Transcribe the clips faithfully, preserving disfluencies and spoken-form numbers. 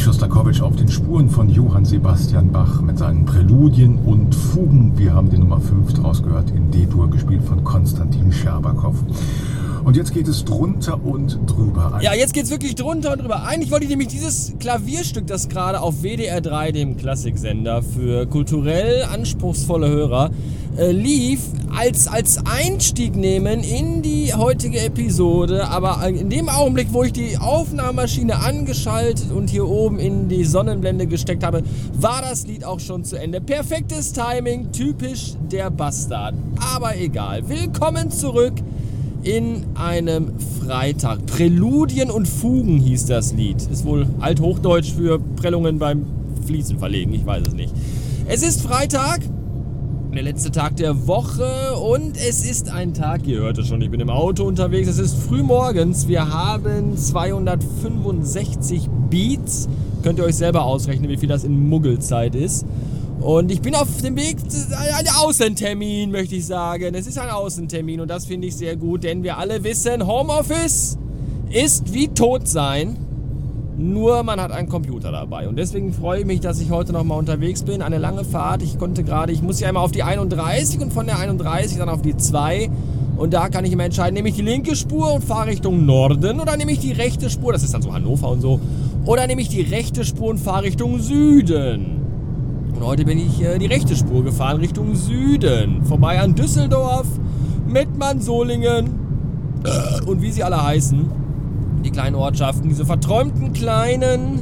Schostakowitsch auf den Spuren von Johann Sebastian Bach mit seinen Präludien und Fugen. Wir haben die Nummer fünf draus gehört, in D-Dur, gespielt von Konstantin Scherbakow. Und jetzt geht es drunter und drüber. Ja, jetzt geht's wirklich drunter und drüber. Eigentlich wollte ich nämlich dieses Klavierstück, das gerade auf W D R drei, dem Klassiksender für kulturell anspruchsvolle Hörer, äh, lief, als, als Einstieg nehmen in die heutige Episode. Aber in dem Augenblick, wo ich die Aufnahmemaschine angeschaltet und hier oben in die Sonnenblende gesteckt habe, war das Lied auch schon zu Ende. Perfektes Timing, typisch der Bastard. Aber egal. Willkommen zurück in einem Freitag. Präludien und Fugen hieß das Lied. Ist wohl althochdeutsch für Prellungen beim Fließen verlegen, ich weiß es nicht. Es ist Freitag, der letzte Tag der Woche, und es ist ein Tag, ihr hört es schon, ich bin im Auto unterwegs, es ist früh morgens, wir haben zweihundertfünfundsechzig Beats, könnt ihr euch selber ausrechnen, wie viel das in Muggelzeit ist. Und ich bin auf dem Weg, ein Außentermin, möchte ich sagen. Es ist ein Außentermin und das finde ich sehr gut, denn wir alle wissen, Homeoffice ist wie tot sein, nur man hat einen Computer dabei. Und deswegen freue ich mich, dass ich heute nochmal unterwegs bin. Eine lange Fahrt, ich konnte gerade, ich muss ja immer auf die einunddreißig und von der einunddreißig dann auf die zwei. Und da kann ich immer entscheiden, nehme ich die linke Spur und fahre Richtung Norden oder nehme ich die rechte Spur, das ist dann so Hannover und so, oder nehme ich die rechte Spur und fahre Richtung Süden. Und heute bin ich äh, die rechte Spur gefahren, Richtung Süden. Vorbei an Düsseldorf, Mettmann, Solingen äh, und wie sie alle heißen. Die kleinen Ortschaften, diese verträumten kleinen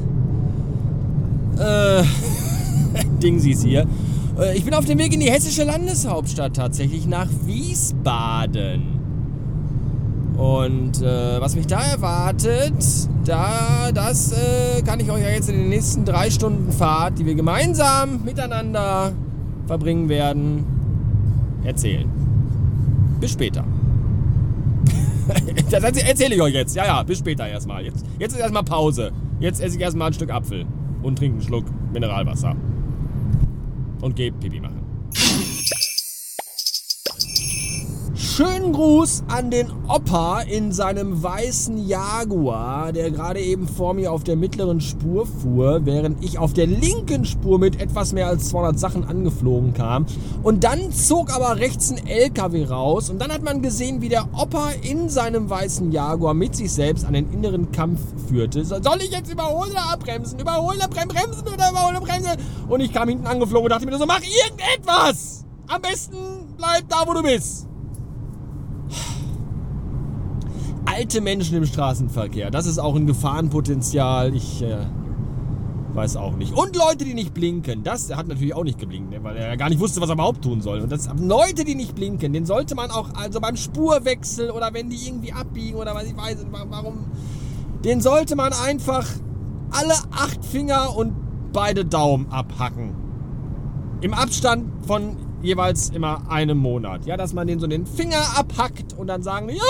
äh, Dingsies hier. Äh, ich bin auf dem Weg in die hessische Landeshauptstadt tatsächlich, nach Wiesbaden. Und äh, was mich da erwartet, da, das äh, kann ich euch ja jetzt in den nächsten drei Stunden Fahrt, die wir gemeinsam miteinander verbringen werden, erzählen. Bis später. Das erzähle ich euch jetzt. Ja, ja, bis später erstmal. Jetzt, jetzt ist erstmal Pause. Jetzt esse ich erstmal ein Stück Apfel und trinke einen Schluck Mineralwasser. Und gehe Pipi machen. Schönen Gruß an den Opa in seinem weißen Jaguar, der gerade eben vor mir auf der mittleren Spur fuhr, während ich auf der linken Spur mit etwas mehr als zweihundert Sachen angeflogen kam. Und dann zog aber rechts ein L K W raus und dann hat man gesehen, wie der Opa in seinem weißen Jaguar mit sich selbst einen inneren Kampf führte. Soll ich jetzt überholen oder abbremsen? Überholen oder bremsen oder überholen oder bremsen? Und ich kam hinten angeflogen und dachte mir so, mach irgendetwas! Am besten bleib da, wo du bist. Alte Menschen im Straßenverkehr, das ist auch ein Gefahrenpotenzial, ich äh, weiß auch nicht. Und Leute, die nicht blinken, das hat natürlich auch nicht geblinkt, weil er gar nicht wusste, was er überhaupt tun soll. Und das, Leute, die nicht blinken, den sollte man auch, also beim Spurwechsel oder wenn die irgendwie abbiegen oder was ich weiß, warum, den sollte man einfach alle acht Finger und beide Daumen abhacken. Im Abstand von jeweils immer einem Monat. Ja, dass man den so den Finger abhackt und dann sagen, ja,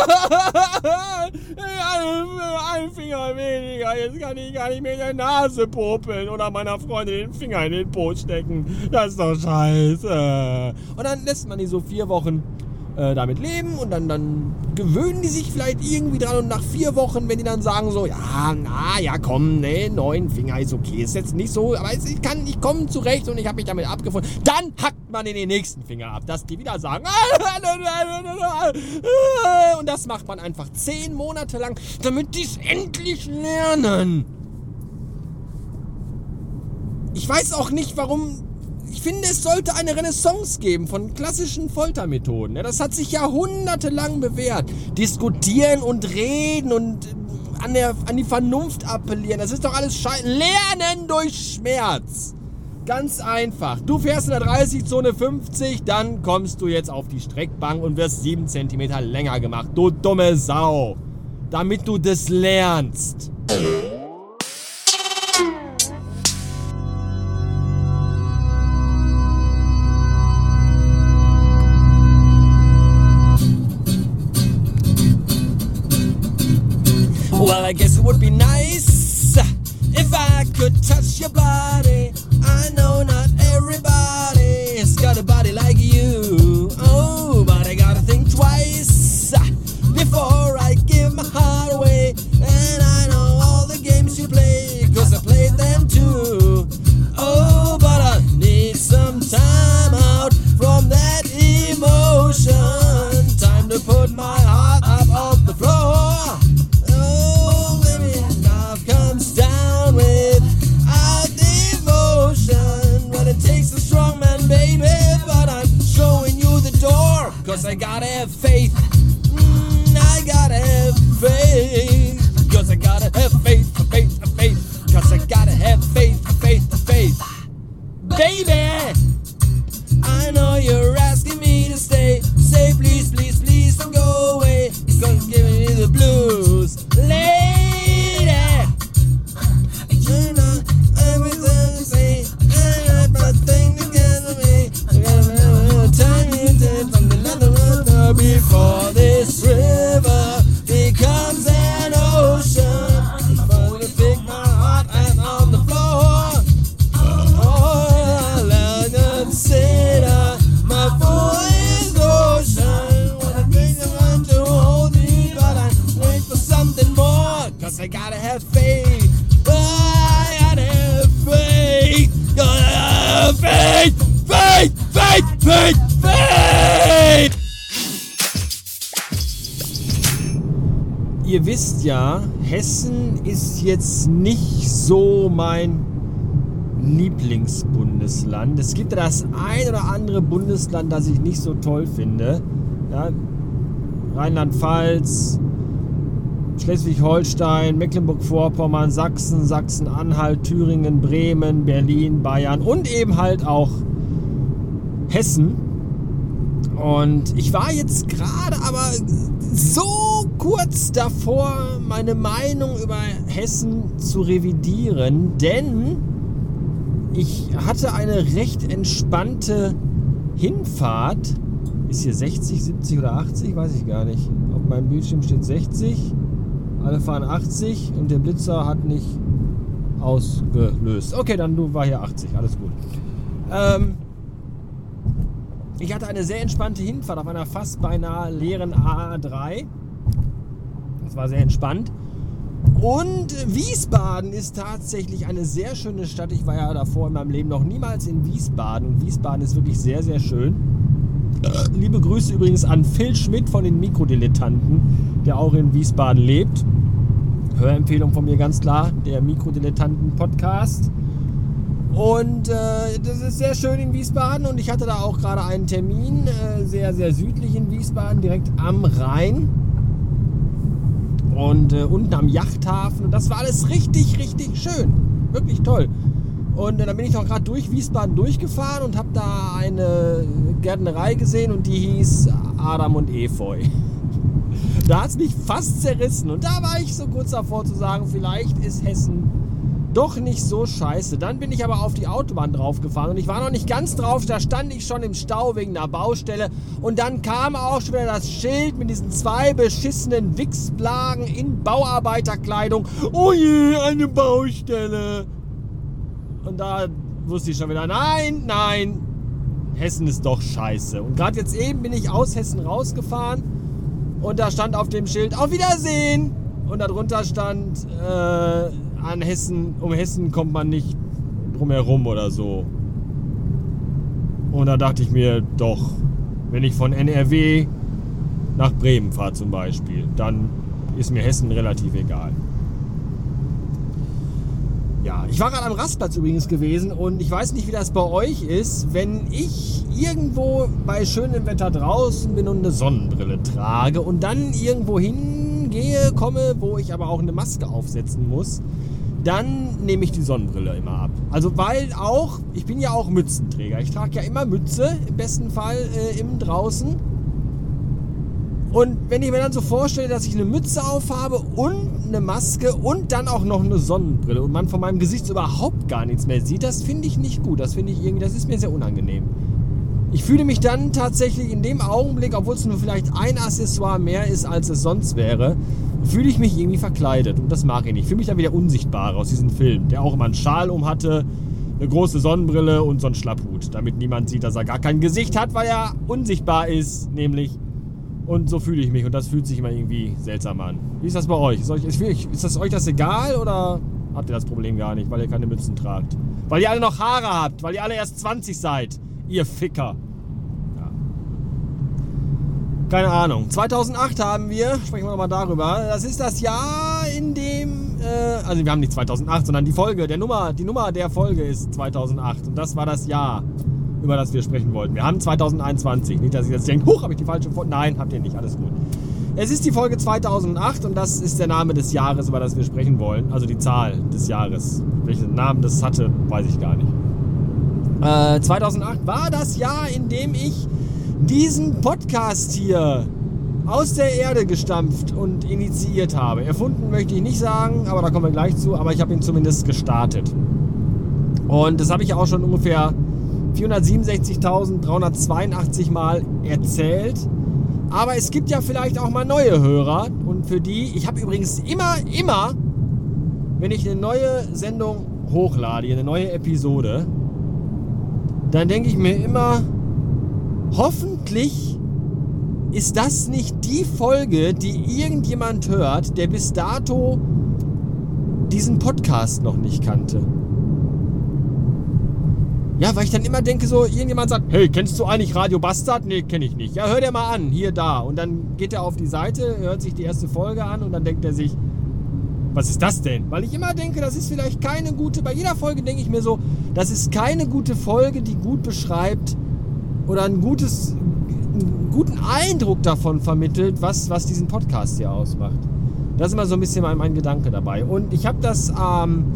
ein Finger weniger, jetzt kann ich gar nicht mehr in der Nase popeln oder meiner Freundin den Finger in den Po stecken. Das ist doch scheiße. Und dann lässt man die so vier Wochen äh, damit leben und dann, dann gewöhnen die sich vielleicht irgendwie dran und nach vier Wochen, wenn die dann sagen so, ja, na, ja, komm, ne, neun Finger ist okay, ist jetzt nicht so, aber ich kann, ich komme zurecht und ich habe mich damit abgefunden, dann hackt man in den nächsten Finger ab, dass die wieder sagen, und das macht man einfach zehn Monate lang, damit die es endlich lernen. Ich weiß auch nicht, warum. Ich finde, es sollte eine Renaissance geben von klassischen Foltermethoden. Das hat sich jahrhundertelang bewährt. Diskutieren und reden und an, der, an die Vernunft appellieren, das ist doch alles Scheiße. Lernen durch Schmerz. Ganz einfach. Du fährst in der dreißig-Zone fünfzig, dann kommst du jetzt auf die Streckbank und wirst sieben Zentimeter länger gemacht. Du dumme Sau. Damit du das lernst. Well, I guess it would be nice if I could touch your body. I know not everybody has got a body like you. Oh, but I gotta think twice before I give my heart away. And I know all the games you play, 'cause I played them ocean. Time to put my heart up off the floor. Oh, baby, love comes down without devotion. Well, it takes a strong man, baby, but I'm showing you the door. Cause I gotta have faith. Mm, I gotta have faith. Cause I gotta have faith, faith, faith. Cause I gotta have faith, faith, faith. Baby, I know you're asking me to stay. Say please, please, please don't go away. Cause giving me the blues. Lady, you know everything you say. I got my thing together me. I got time you take from another river before this river becomes an ocean. I'm gonna pick my heart and on the floor. Oh, I'll consider my foolish ocean. When I think I want to hold me, but I wait for something more. Cause I gotta have faith. I gotta have faith. Gotta have faith. Faith, faith, faith, faith. Ihr wisst ja, Hessen ist jetzt nicht so mein Lieblingsbundesland. Es gibt ja das ein oder andere Bundesland, das ich nicht so toll finde. Ja, Rheinland-Pfalz, Schleswig-Holstein, Mecklenburg-Vorpommern, Sachsen, Sachsen-Anhalt, Thüringen, Bremen, Berlin, Bayern und eben halt auch Hessen. Und ich war jetzt gerade aber so kurz davor, meine Meinung über Hessen zu revidieren, denn ich hatte eine recht entspannte Hinfahrt. Ist hier sechzig, siebzig oder achtzig? Weiß ich gar nicht. Auf meinem Bildschirm steht sechzig. Alle fahren achtzig und der Blitzer hat nicht ausgelöst. Okay, dann war hier achtzig. Alles gut. Ähm, ich hatte eine sehr entspannte Hinfahrt auf einer fast beinahe leeren A drei. Das war sehr entspannt. Und Wiesbaden ist tatsächlich eine sehr schöne Stadt. Ich war ja davor in meinem Leben noch niemals in Wiesbaden. Und Wiesbaden ist wirklich sehr, sehr schön. Liebe Grüße übrigens an Phil Schmidt von den Mikrodilettanten, der auch in Wiesbaden lebt. Hörempfehlung von mir ganz klar, der Mikrodilettanten-Podcast. Und äh, das ist sehr schön in Wiesbaden. Und ich hatte da auch gerade einen Termin, äh, sehr, sehr südlich in Wiesbaden, direkt am Rhein. Und äh, unten am Yachthafen. Und das war alles richtig, richtig schön. Wirklich toll. Und äh, dann bin ich noch gerade durch Wiesbaden durchgefahren und habe da eine Gärtnerei gesehen und die hieß Adam und Efeu. Da hat es mich fast zerrissen. Und da war ich so kurz davor zu sagen, vielleicht ist Hessen doch nicht so scheiße. Dann bin ich aber auf die Autobahn draufgefahren und ich war noch nicht ganz drauf, da stand ich schon im Stau wegen einer Baustelle und dann kam auch schon wieder das Schild mit diesen zwei beschissenen Wichsblagen in Bauarbeiterkleidung. Oh je, eine Baustelle. Und da wusste ich schon wieder, nein, nein, Hessen ist doch scheiße. Und gerade jetzt eben bin ich aus Hessen rausgefahren und da stand auf dem Schild, auf Wiedersehen. Und darunter stand, äh, an Hessen, um Hessen kommt man nicht drum herum oder so. Und da dachte ich mir, doch, wenn ich von N R W nach Bremen fahre zum Beispiel, dann ist mir Hessen relativ egal. Ja, ich war gerade am Rastplatz übrigens gewesen und ich weiß nicht, wie das bei euch ist, wenn ich irgendwo bei schönem Wetter draußen bin und eine Sonnenbrille trage und dann irgendwo hingehe, komme, wo ich aber auch eine Maske aufsetzen muss, dann nehme ich die Sonnenbrille immer ab. Also weil auch, ich bin ja auch Mützenträger. Ich trage ja immer Mütze, im besten Fall äh, im Draußen. Und wenn ich mir dann so vorstelle, dass ich eine Mütze aufhabe und eine Maske und dann auch noch eine Sonnenbrille und man von meinem Gesicht überhaupt gar nichts mehr sieht, das finde ich nicht gut. Das finde ich irgendwie, das ist mir sehr unangenehm. Ich fühle mich dann tatsächlich in dem Augenblick, obwohl es nur vielleicht ein Accessoire mehr ist, als es sonst wäre, fühle ich mich irgendwie verkleidet und das mag ich nicht. Ich fühle mich dann wieder unsichtbar aus diesem Film, der auch immer einen Schal um hatte, eine große Sonnenbrille und so einen Schlapphut, damit niemand sieht, dass er gar kein Gesicht hat, weil er unsichtbar ist, nämlich. Und so fühle ich mich und das fühlt sich immer irgendwie seltsam an. Wie ist das bei euch? Ist, euch, ist das euch das egal oder habt ihr das Problem gar nicht, weil ihr keine Mützen tragt? Weil ihr alle noch Haare habt, weil ihr alle erst zwanzig seid, ihr Ficker. Ja. keine Ahnung. zweitausendacht haben wir, sprechen wir nochmal darüber. Das ist das Jahr, in dem, äh, also wir haben nicht zweitausendacht, sondern die Folge, der Nummer, die Nummer der Folge ist zweitausendacht. Und das war das Jahr, über das wir sprechen wollten. Wir haben zweitausendeinundzwanzig. Nicht, dass ihr jetzt denkt, huch, habe ich die falsche Folge? Nein, habt ihr nicht, alles gut. Es ist die Folge zweitausendacht und das ist der Name des Jahres, über das wir sprechen wollen. Also die Zahl des Jahres. Welchen Namen das hatte, weiß ich gar nicht. Äh, zweitausendacht war das Jahr, in dem ich diesen Podcast hier aus der Erde gestampft und initiiert habe. Erfunden möchte ich nicht sagen, aber da kommen wir gleich zu. Aber ich habe ihn zumindest gestartet. Und das habe ich auch schon ungefähr vierhundertsiebenundsechzigtausenddreihundertzweiundachtzig Mal erzählt. Aber es gibt ja vielleicht auch mal neue Hörer. Und für die, ich habe übrigens immer, immer, wenn ich eine neue Sendung hochlade, eine neue Episode, dann denke ich mir immer, hoffentlich ist das nicht die Folge, die irgendjemand hört, der bis dato diesen Podcast noch nicht kannte. Ja, weil ich dann immer denke so, irgendjemand sagt, hey, kennst du eigentlich Radio Bastard? Nee, kenne ich nicht. Ja, hör dir mal an, hier, da. Und dann geht er auf die Seite, hört sich die erste Folge an und dann denkt er sich, was ist das denn? Weil ich immer denke, das ist vielleicht keine gute, bei jeder Folge denke ich mir so, das ist keine gute Folge, die gut beschreibt oder ein gutes, einen guten Eindruck davon vermittelt, was, was diesen Podcast hier ausmacht. Das ist immer so ein bisschen mein, mein Gedanke dabei. Und ich habe das ähm,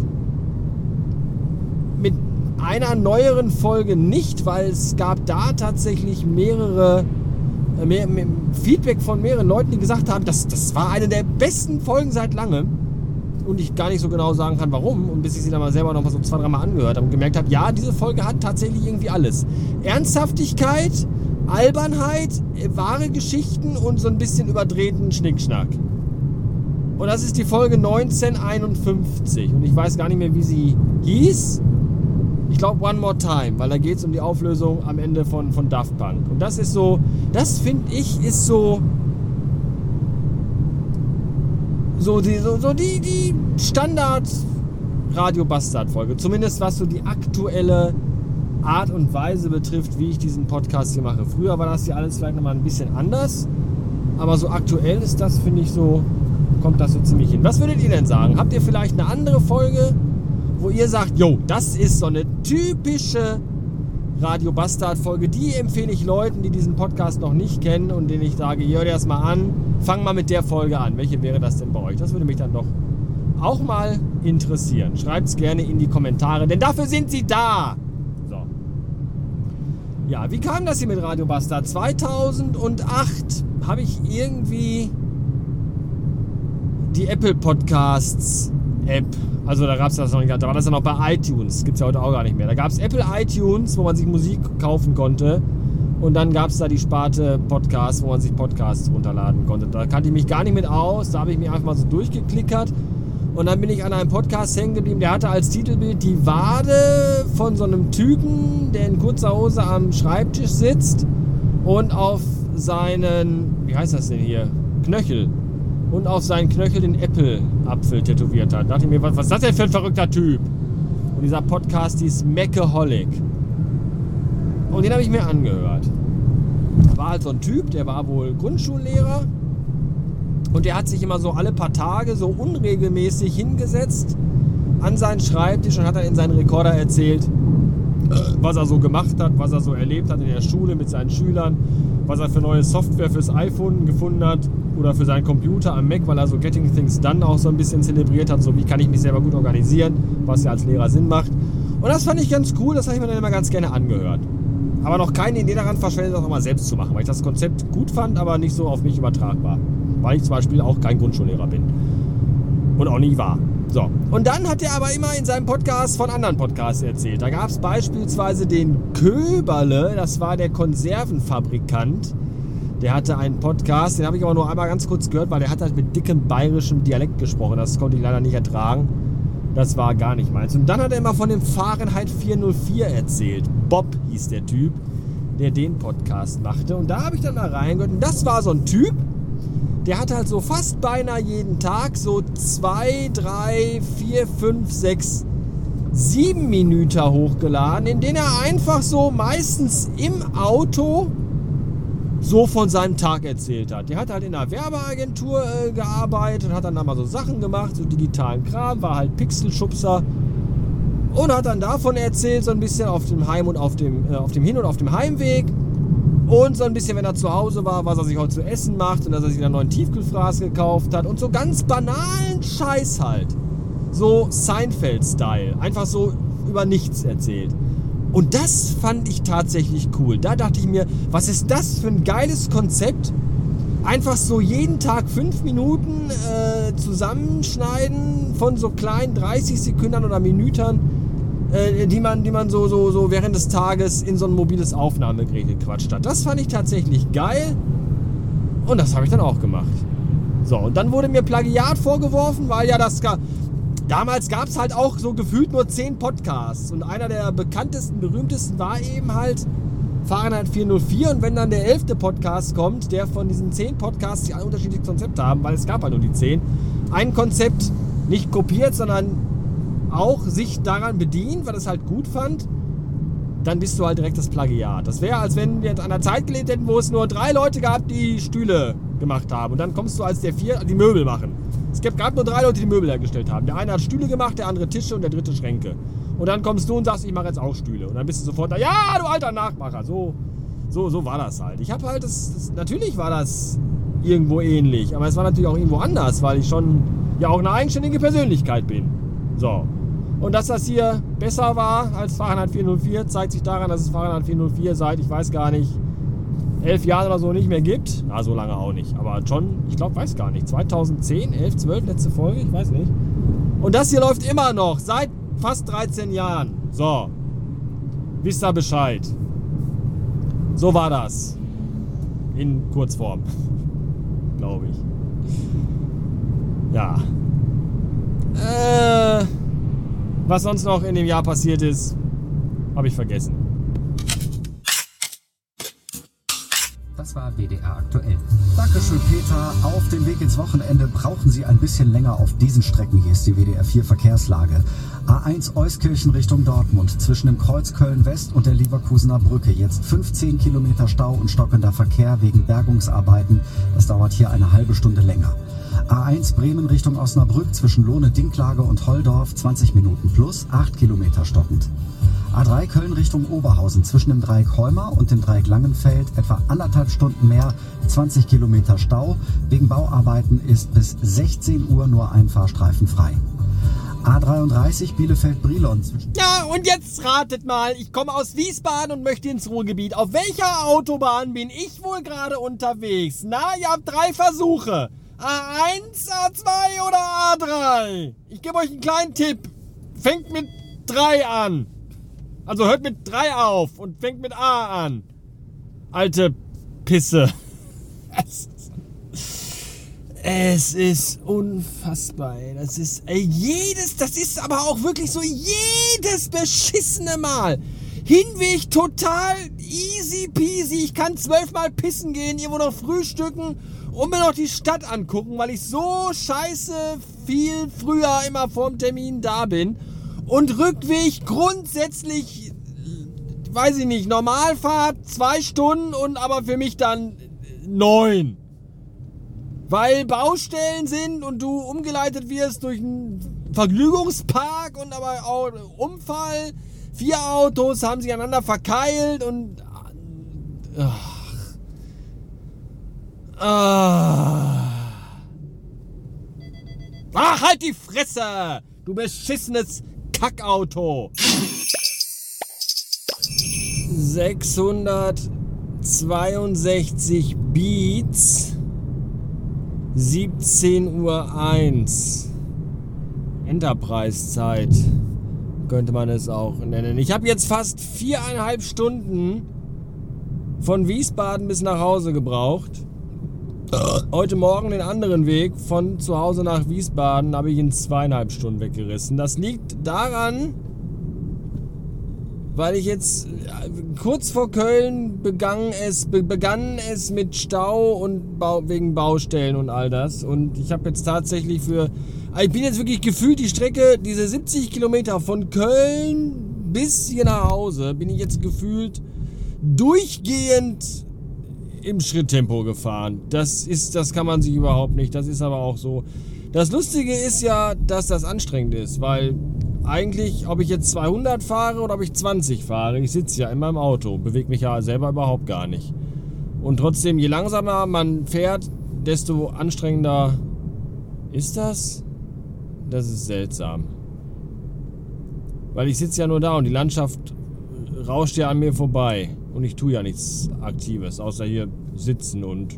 mit einer neueren Folge nicht, weil es gab da tatsächlich mehrere äh, mehr, mehr Feedback von mehreren Leuten, die gesagt haben, das, das war eine der besten Folgen seit langem. Und ich gar nicht so genau sagen kann, warum. Und bis ich sie dann mal selber noch mal so zwei, drei Mal angehört habe und gemerkt habe, ja, diese Folge hat tatsächlich irgendwie alles. Ernsthaftigkeit, Albernheit, wahre Geschichten und so ein bisschen überdrehten Schnickschnack. Und das ist die Folge neunzehnhunderteinundfünfzig. Und ich weiß gar nicht mehr, wie sie hieß. Ich glaube One More Time, weil da geht es um die Auflösung am Ende von, von Daft Punk. Und das ist so, das finde ich, ist so... So die, so, so die, die Standard-Radio-Bastard-Folge. Zumindest was so die aktuelle Art und Weise betrifft, wie ich diesen Podcast hier mache. Früher war das hier alles vielleicht nochmal ein bisschen anders. Aber so aktuell ist das, finde ich, so, kommt das so ziemlich hin. Was würdet ihr denn sagen? Habt ihr vielleicht eine andere Folge, wo ihr sagt, jo, das ist so eine typische Radio-Bastard-Folge, die empfehle ich Leuten, die diesen Podcast noch nicht kennen und denen ich sage, hör dir das mal an, fang mal mit der Folge an. Welche wäre das denn bei euch? Das würde mich dann doch auch mal interessieren. Schreibt es gerne in die Kommentare, denn dafür sind sie da. So. Ja, wie kam das hier mit Radio Bastard? zweitausendacht habe ich irgendwie die Apple Podcasts App, also da gab es das noch nicht, da war das ja noch bei iTunes, gibt es ja heute auch gar nicht mehr. Da gab es Apple iTunes, wo man sich Musik kaufen konnte und dann gab es da die Sparte Podcasts, wo man sich Podcasts runterladen konnte. Da kannte ich mich gar nicht mit aus, da habe ich mich einfach mal so durchgeklickert und dann bin ich an einem Podcast hängen geblieben, der hatte als Titelbild die Wade von so einem Typen, der in kurzer Hose am Schreibtisch sitzt und auf seinen, wie heißt das denn hier, Knöchel, und auf seinen Knöchel den Apple-Apfel tätowiert hat. Da dachte ich mir, was, was ist das denn für ein verrückter Typ? Und dieser Podcast hieß Macaholic. Und den habe ich mir angehört. War halt so ein Typ, der war wohl Grundschullehrer. Und der hat sich immer so alle paar Tage so unregelmäßig hingesetzt an seinen Schreibtisch und hat dann in seinen Rekorder erzählt, was er so gemacht hat, was er so erlebt hat in der Schule mit seinen Schülern, was er für neue Software fürs iPhone gefunden hat oder für seinen Computer am Mac, weil er so Getting Things Done auch so ein bisschen zelebriert hat, so wie kann ich mich selber gut organisieren, was ja als Lehrer Sinn macht. Und das fand ich ganz cool, das habe ich mir dann immer ganz gerne angehört. Aber noch keine Idee daran verschwendet, das auch mal selbst zu machen, weil ich das Konzept gut fand, aber nicht so auf mich übertragbar. Weil ich zum Beispiel auch kein Grundschullehrer bin. Und auch nie war. So. Und dann hat er aber immer in seinem Podcast von anderen Podcasts erzählt. Da gab es beispielsweise den Köberle, das war der Konservenfabrikant. Der hatte einen Podcast, den habe ich aber nur einmal ganz kurz gehört, weil der hat halt mit dickem bayerischem Dialekt gesprochen. Das konnte ich leider nicht ertragen. Das war gar nicht meins. Und dann hat er immer von dem Fahrenheit vierhundertvier erzählt. Bob hieß der Typ, der den Podcast machte. Und da habe ich dann mal reingehört. Und das war so ein Typ, der hat halt so fast beinahe jeden Tag so zwei, drei, vier, fünf, sechs, sieben Minuten hochgeladen, in denen er einfach so meistens im Auto so von seinem Tag erzählt hat. Der hat halt in einer Werbeagentur äh, gearbeitet und hat dann da mal so Sachen gemacht, so digitalen Kram, war halt Pixelschubser und hat dann davon erzählt, so ein bisschen auf dem Heim- und auf dem, äh, auf dem Hin- und auf dem Heimweg und so ein bisschen, wenn er zu Hause war, was er sich heute zu essen macht und dass er sich einen neuen Tiefkühlfraß gekauft hat und so ganz banalen Scheiß halt. So Seinfeld-Style. Einfach so über nichts erzählt. Und das fand ich tatsächlich cool. Da dachte ich mir, was ist das für ein geiles Konzept? Einfach so jeden Tag fünf Minuten äh, zusammenschneiden von so kleinen dreißig Sekunden oder Minütern, äh, die man, die man so, so, so während des Tages in so ein mobiles Aufnahmegerät gequatscht hat. Das fand ich tatsächlich geil und das habe ich dann auch gemacht. So, und dann wurde mir Plagiat vorgeworfen, weil ja das... Damals gab es halt auch so gefühlt nur zehn Podcasts und einer der bekanntesten, berühmtesten war eben halt Fahrenheit vierhundertvier und wenn dann der elfte Podcast kommt, der von diesen zehn Podcasts, die alle unterschiedliche Konzepte haben, weil es gab halt nur die zehn, ein Konzept nicht kopiert, sondern auch sich daran bedient, weil es halt gut fand, dann bist du halt direkt das Plagiat. Das wäre, als wenn wir in einer Zeit gelebt hätten, wo es nur drei Leute gab, die Stühle gemacht haben und dann kommst du als der vier, die Möbel machen. Es gab nur drei Leute, die die Möbel hergestellt haben. Der eine hat Stühle gemacht, der andere Tische und der dritte Schränke. Und dann kommst du und sagst, ich mache jetzt auch Stühle. Und dann bist du sofort da, ja, du alter Nachmacher. So, so, so war das halt. Ich habe halt, das, das, natürlich war das irgendwo ähnlich, aber es war natürlich auch irgendwo anders, weil ich schon ja auch eine eigenständige Persönlichkeit bin. So. Und dass das hier besser war als Fahrenheit vierhundertvier, zeigt sich daran, dass es Fahrenheit vierhundertvier seit, ich weiß gar nicht, elf Jahren oder so nicht mehr gibt. Na, so lange auch nicht. Aber schon, ich glaube, weiß gar nicht. zweitausendzehn, elf, zwölf, letzte Folge, ich weiß nicht. Und das hier läuft immer noch, seit fast dreizehn Jahren. So. Wisst ihr Bescheid. So war das. In Kurzform. Glaube ich. Ja. Äh, was sonst noch in dem Jahr passiert ist, habe ich vergessen. Das war W D R aktuell. Dankeschön, Peter. Auf dem Weg ins Wochenende brauchen Sie ein bisschen länger auf diesen Strecken. Hier ist die W D R vier Verkehrslage. A eins Euskirchen Richtung Dortmund. Zwischen dem Kreuz Köln-West und der Leverkusener Brücke. Jetzt fünfzehn Kilometer Stau und stockender Verkehr wegen Bergungsarbeiten. Das dauert hier eine halbe Stunde länger. A eins Bremen Richtung Osnabrück zwischen Lohne-Dinklage und Holldorf. zwanzig Minuten plus, acht Kilometer stockend. A drei Köln Richtung Oberhausen zwischen dem Dreieck Holmer und dem Dreieck Langenfeld etwa anderthalb Stunden mehr, zwanzig Kilometer Stau. Wegen Bauarbeiten ist bis sechzehn Uhr nur ein Fahrstreifen frei. A dreiunddreißig Bielefeld-Brilon. Ja, und jetzt ratet mal, ich komme aus Wiesbaden und möchte ins Ruhrgebiet. Auf welcher Autobahn bin ich wohl gerade unterwegs? Na, ihr habt drei Versuche. A eins, A zwei oder A drei? Ich gebe euch einen kleinen Tipp. Fängt mit drei an. Also hört mit drei auf und fängt mit A an. Alte Pisse. Es, es ist unfassbar, ey. Das ist, ey, jedes, das ist aber auch wirklich so jedes beschissene Mal. Hinweg total easy peasy. Ich kann zwölfmal pissen gehen, irgendwo noch frühstücken und mir noch die Stadt angucken, weil ich so scheiße viel früher immer vorm Termin da bin. Und Rückweg grundsätzlich, weiß ich nicht, Normalfahrt zwei Stunden und aber für mich dann neun. Weil Baustellen sind und du umgeleitet wirst durch einen Vergnügungspark und aber auch Unfall. Vier Autos haben sich aneinander verkeilt und... Ach, ach, ach halt die Fresse! Du beschissenes Kackauto. sechshundertzweiundsechzig Beats. siebzehn Uhr eins. Enterprise-Zeit könnte man es auch nennen. Ich habe jetzt fast viereinhalb Stunden von Wiesbaden bis nach Hause gebraucht. Heute Morgen den anderen Weg von zu Hause nach Wiesbaden habe ich in zweieinhalb Stunden weggerissen. Das liegt daran, weil ich jetzt kurz vor Köln begann es, begann es mit Stau und Bau, wegen Baustellen und all das. Und ich habe jetzt tatsächlich für, ich bin jetzt wirklich gefühlt die Strecke, diese siebzig Kilometer von Köln bis hier nach Hause, bin ich jetzt gefühlt durchgehend im Schritttempo gefahren. Das ist, das kann man sich überhaupt nicht. Das ist aber auch so. Das Lustige ist ja, dass das anstrengend ist, weil eigentlich, ob ich jetzt zweihundert fahre oder ob ich zwanzig fahre, ich sitze ja in meinem Auto, bewege mich ja selber überhaupt gar nicht. Und trotzdem, je langsamer man fährt, desto anstrengender ist das. Das ist seltsam. Weil ich sitze ja nur da und die Landschaft rauscht ja an mir vorbei. Und ich tue ja nichts Aktives, außer hier sitzen und...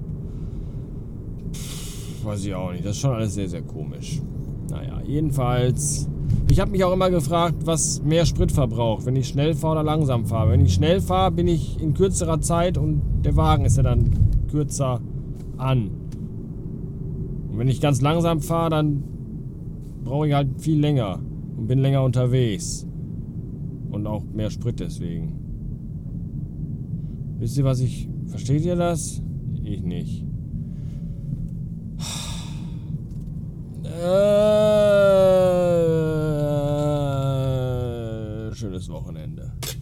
Pff, weiß ich auch nicht. Das ist schon alles sehr, sehr komisch. Naja, jedenfalls... Ich habe mich auch immer gefragt, was mehr Sprit verbraucht, wenn ich schnell fahre oder langsam fahre. Wenn ich schnell fahre, bin ich in kürzerer Zeit und der Wagen ist ja dann kürzer an. Und wenn ich ganz langsam fahre, dann brauche ich halt viel länger und bin länger unterwegs. Und auch mehr Sprit deswegen. Wisst ihr, was ich... Versteht ihr das? Ich nicht. Äh, schönes Wochenende.